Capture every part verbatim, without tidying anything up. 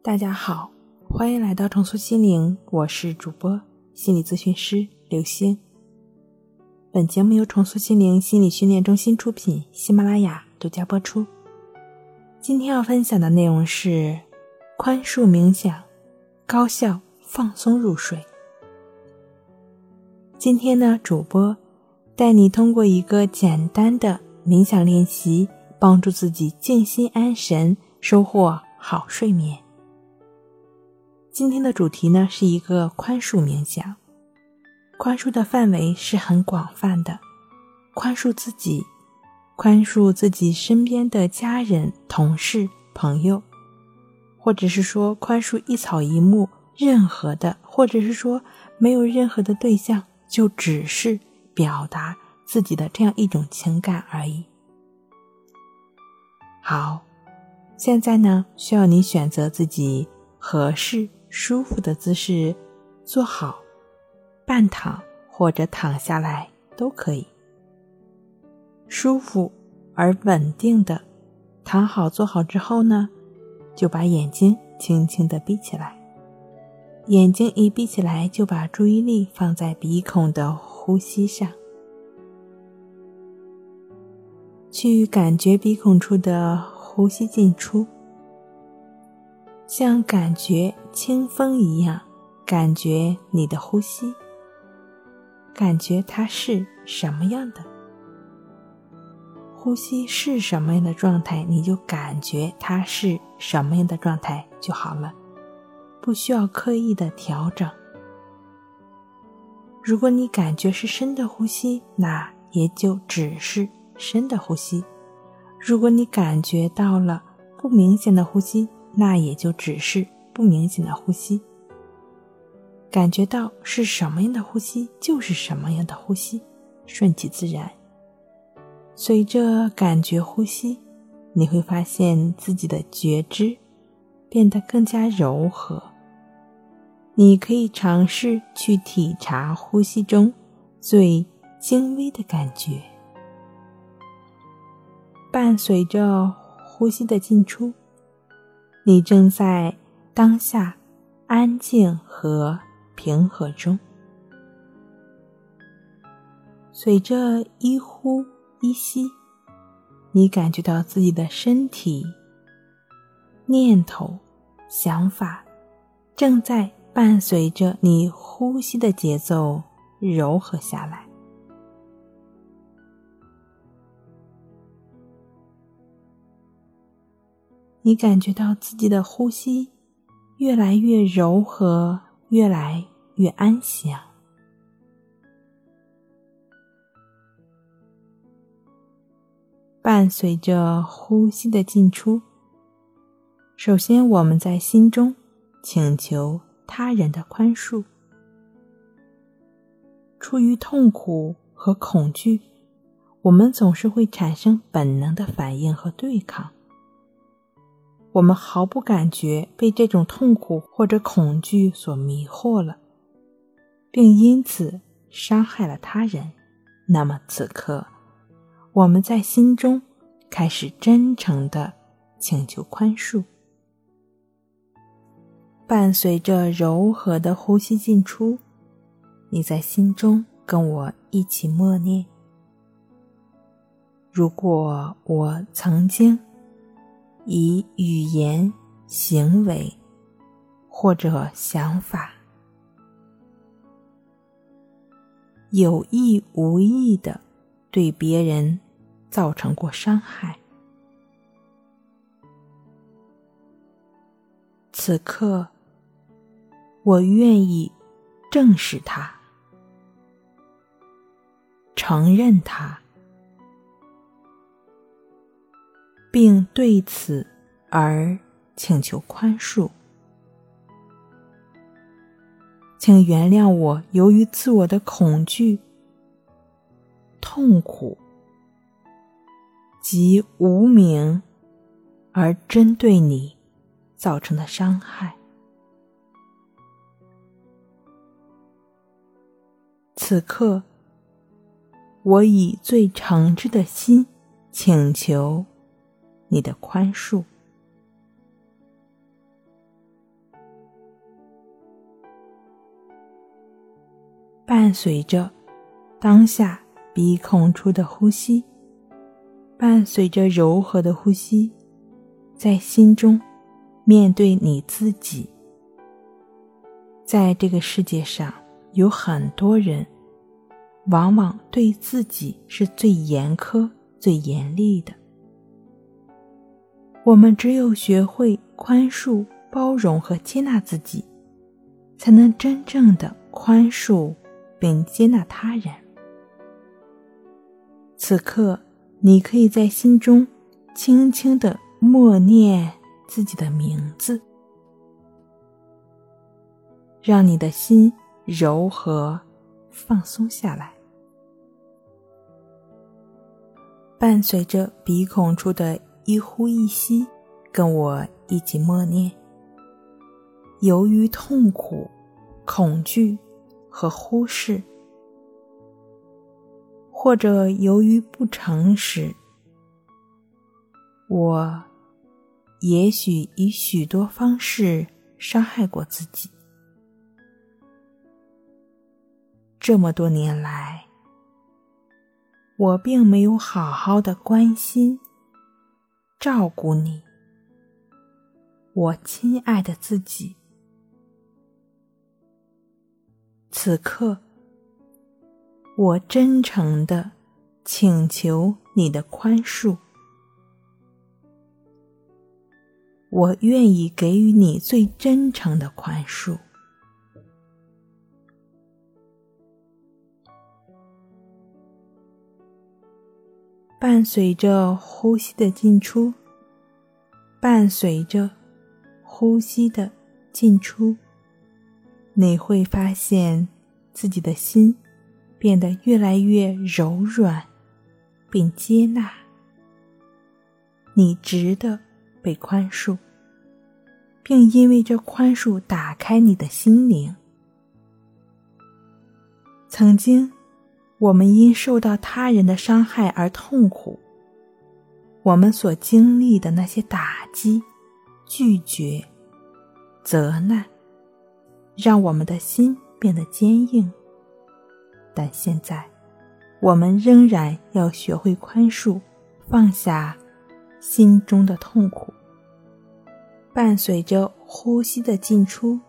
大家好，欢迎来到重塑心灵，我是主播心理咨询师刘星。本节目由重塑心灵心理训练中心出品，喜马拉雅独家播出。今天要分享的内容是宽恕冥想，高效放松入睡。今天呢，主播带你通过一个简单的冥想练习，帮助自己静心安神，收获好睡眠。今天的主题呢，是一个宽恕冥想。宽恕的范围是很广泛的，宽恕自己，宽恕自己身边的家人、同事、朋友，或者是说宽恕一草一木，任何的，或者是说没有任何的对象，就只是表达自己的这样一种情感而已。好，现在呢，需要你选择自己合适舒服的姿势，坐好，半躺或者躺下来都可以。舒服而稳定的躺好坐好之后呢，就把眼睛轻轻地闭起来。眼睛一闭起来，就把注意力放在鼻孔的呼吸上，去感觉鼻孔处的呼吸进出，像感觉清风一样，感觉你的呼吸，感觉它是什么样的。呼吸是什么样的状态，你就感觉它是什么样的状态就好了，不需要刻意的调整。如果你感觉是深的呼吸，那也就只是深的呼吸。如果你感觉到了不明显的呼吸，那也就只是不明显的呼吸。感觉到是什么样的呼吸，就是什么样的呼吸，顺其自然。随着感觉呼吸，你会发现自己的觉知变得更加柔和。你可以尝试去体察呼吸中最精微的感觉，伴随着呼吸的进出，你正在当下安静和平和中。随着一呼一吸，你感觉到自己的身体、念头、想法正在伴随着你呼吸的节奏柔和下来。你感觉到自己的呼吸越来越柔和，越来越安详。伴随着呼吸的进出，首先我们在心中请求他人的宽恕。出于痛苦和恐惧，我们总是会产生本能的反应和对抗。我们毫不感觉被这种痛苦或者恐惧所迷惑了，并因此伤害了他人。那么此刻，我们在心中开始真诚地请求宽恕。伴随着柔和的呼吸进出，你在心中跟我一起默念：如果我曾经以语言、行为或者想法有意无意地对别人造成过伤害，此刻我愿意正视它，承认它，并对此而请求宽恕。请原谅我由于自我的恐惧、痛苦及无明而针对你造成的伤害。此刻，我以最诚挚的心请求你的宽恕。 伴随着当下鼻孔处的呼吸，伴随着柔和的呼吸，在心中面对你自己。在这个世界上，有很多人往往对自己是最严苛、最严厉的。我们只有学会宽恕、包容和接纳自己，才能真正的宽恕并接纳他人。此刻，你可以在心中轻轻地默念自己的名字，让你的心柔和放松下来。伴随着鼻孔处的一呼一吸，跟我一起默念：由于痛苦、恐惧和忽视，或者由于不诚实，我也许以许多方式伤害过自己。这么多年来，我并没有好好的关心、照顾你，我亲爱的自己。此刻，我真诚地请求你的宽恕，我愿意给予你最真诚的宽恕。伴随着呼吸的进出，伴随着呼吸的进出，你会发现自己的心变得越来越柔软并接纳。你值得被宽恕，并因为这宽恕打开你的心灵。曾经我们因受到他人的伤害而痛苦，我们所经历的那些打击、拒绝、责难，让我们的心变得坚硬。但现在，我们仍然要学会宽恕，放下心中的痛苦。伴随着呼吸的进出，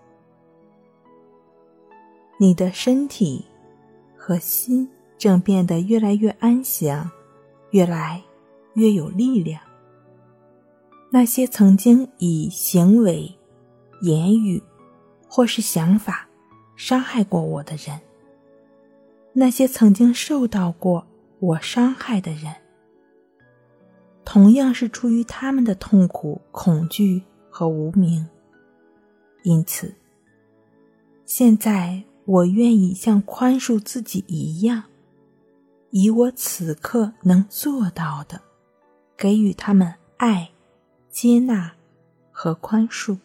你的身体和心正变得越来越安详，越来越有力量。那些曾经以行为、言语或是想法伤害过我的人，那些曾经受到过我伤害的人，同样是出于他们的痛苦、恐惧和无明。因此，现在我愿意像宽恕自己一样，以我此刻能做到的，给予他们爱、接纳和宽恕。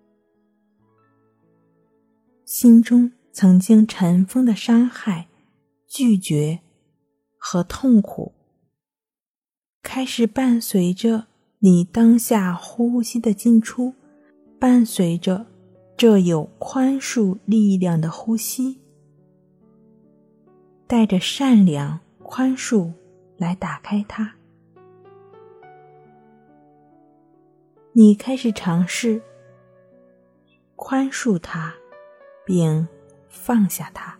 心中曾经尘封的伤害、拒绝和痛苦，开始伴随着你当下呼吸的进出，伴随着这有宽恕力量的呼吸，带着善良、宽恕来打开它。你开始尝试宽恕它，并放下它。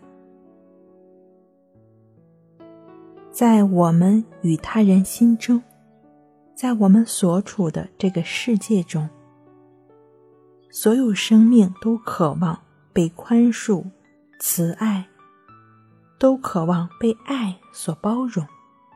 在我们与他人心中，在我们所处的这个世界中，所有生命都渴望被宽恕、慈爱，都渴望被爱所包容。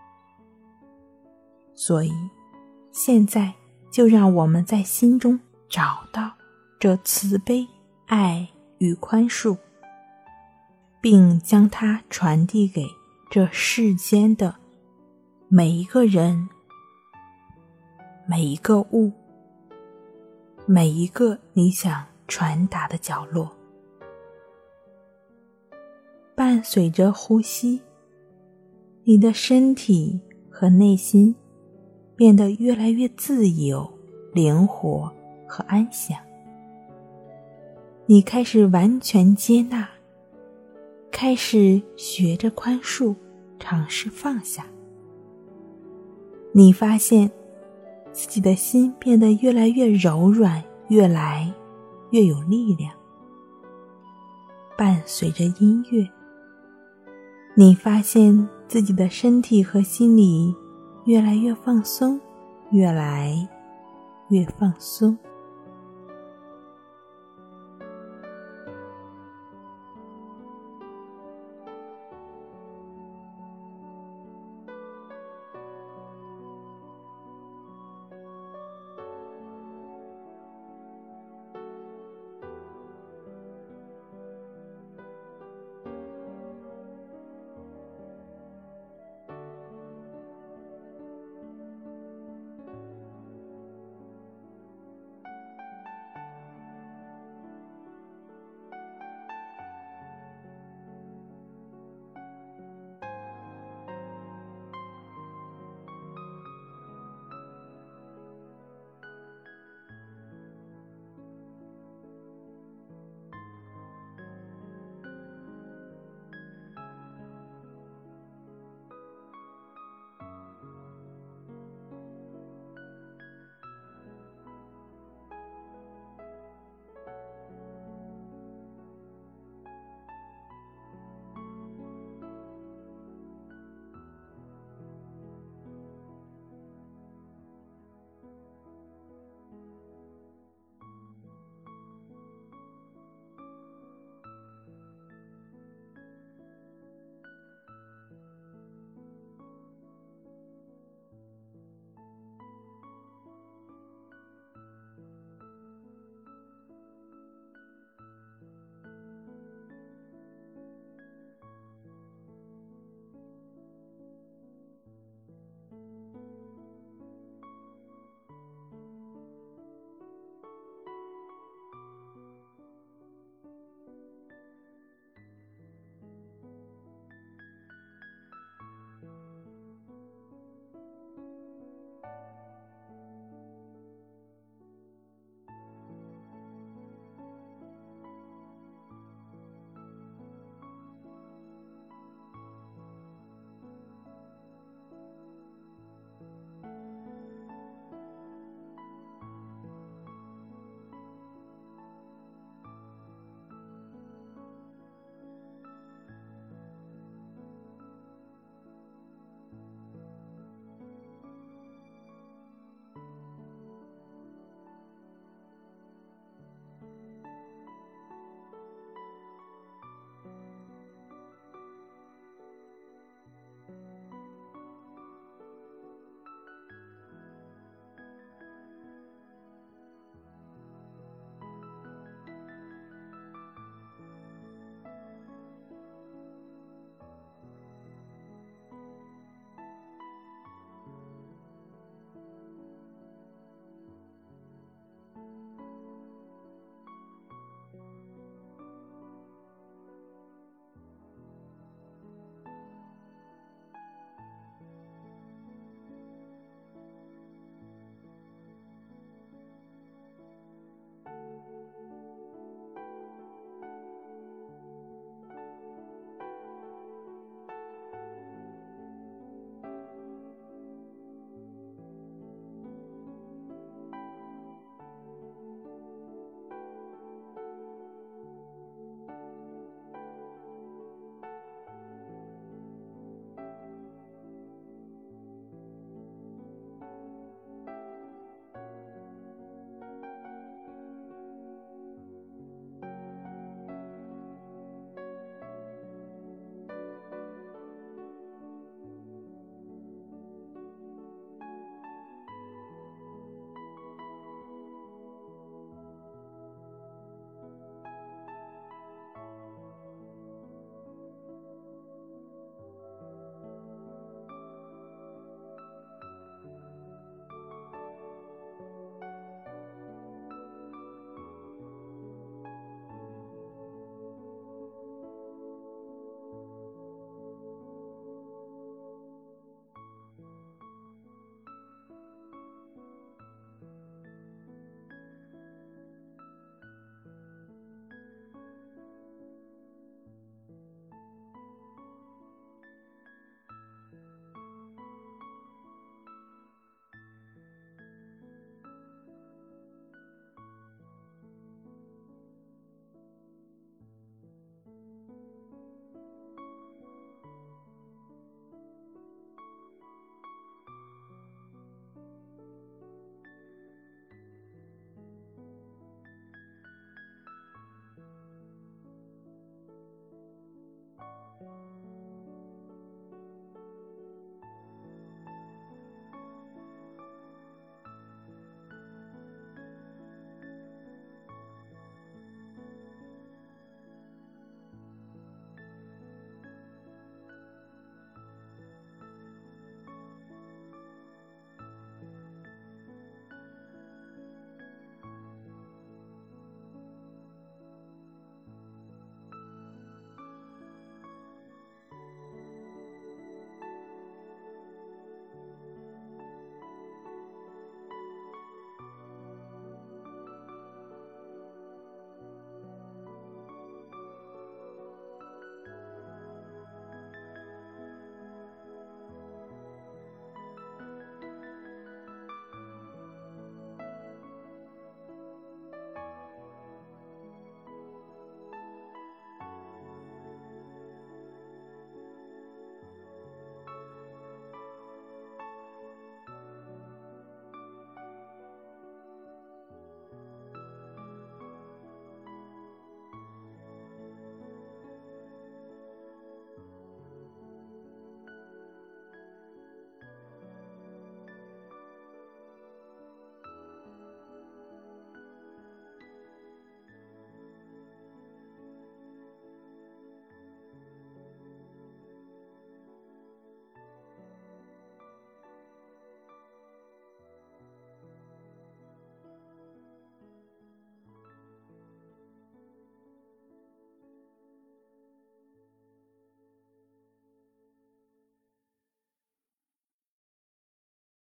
所以，现在就让我们在心中找到这慈悲、爱与宽恕，并将它传递给这世间的每一个人、每一个物、每一个你想传达的角落。伴随着呼吸，你的身体和内心变得越来越自由、灵活和安详。你开始完全接纳， 开始学着宽恕，尝试放下。你发现自己的心变得越来越柔软，越来越有力量。伴随着音乐，你发现自己的身体和心理越来越放松，越来越放松。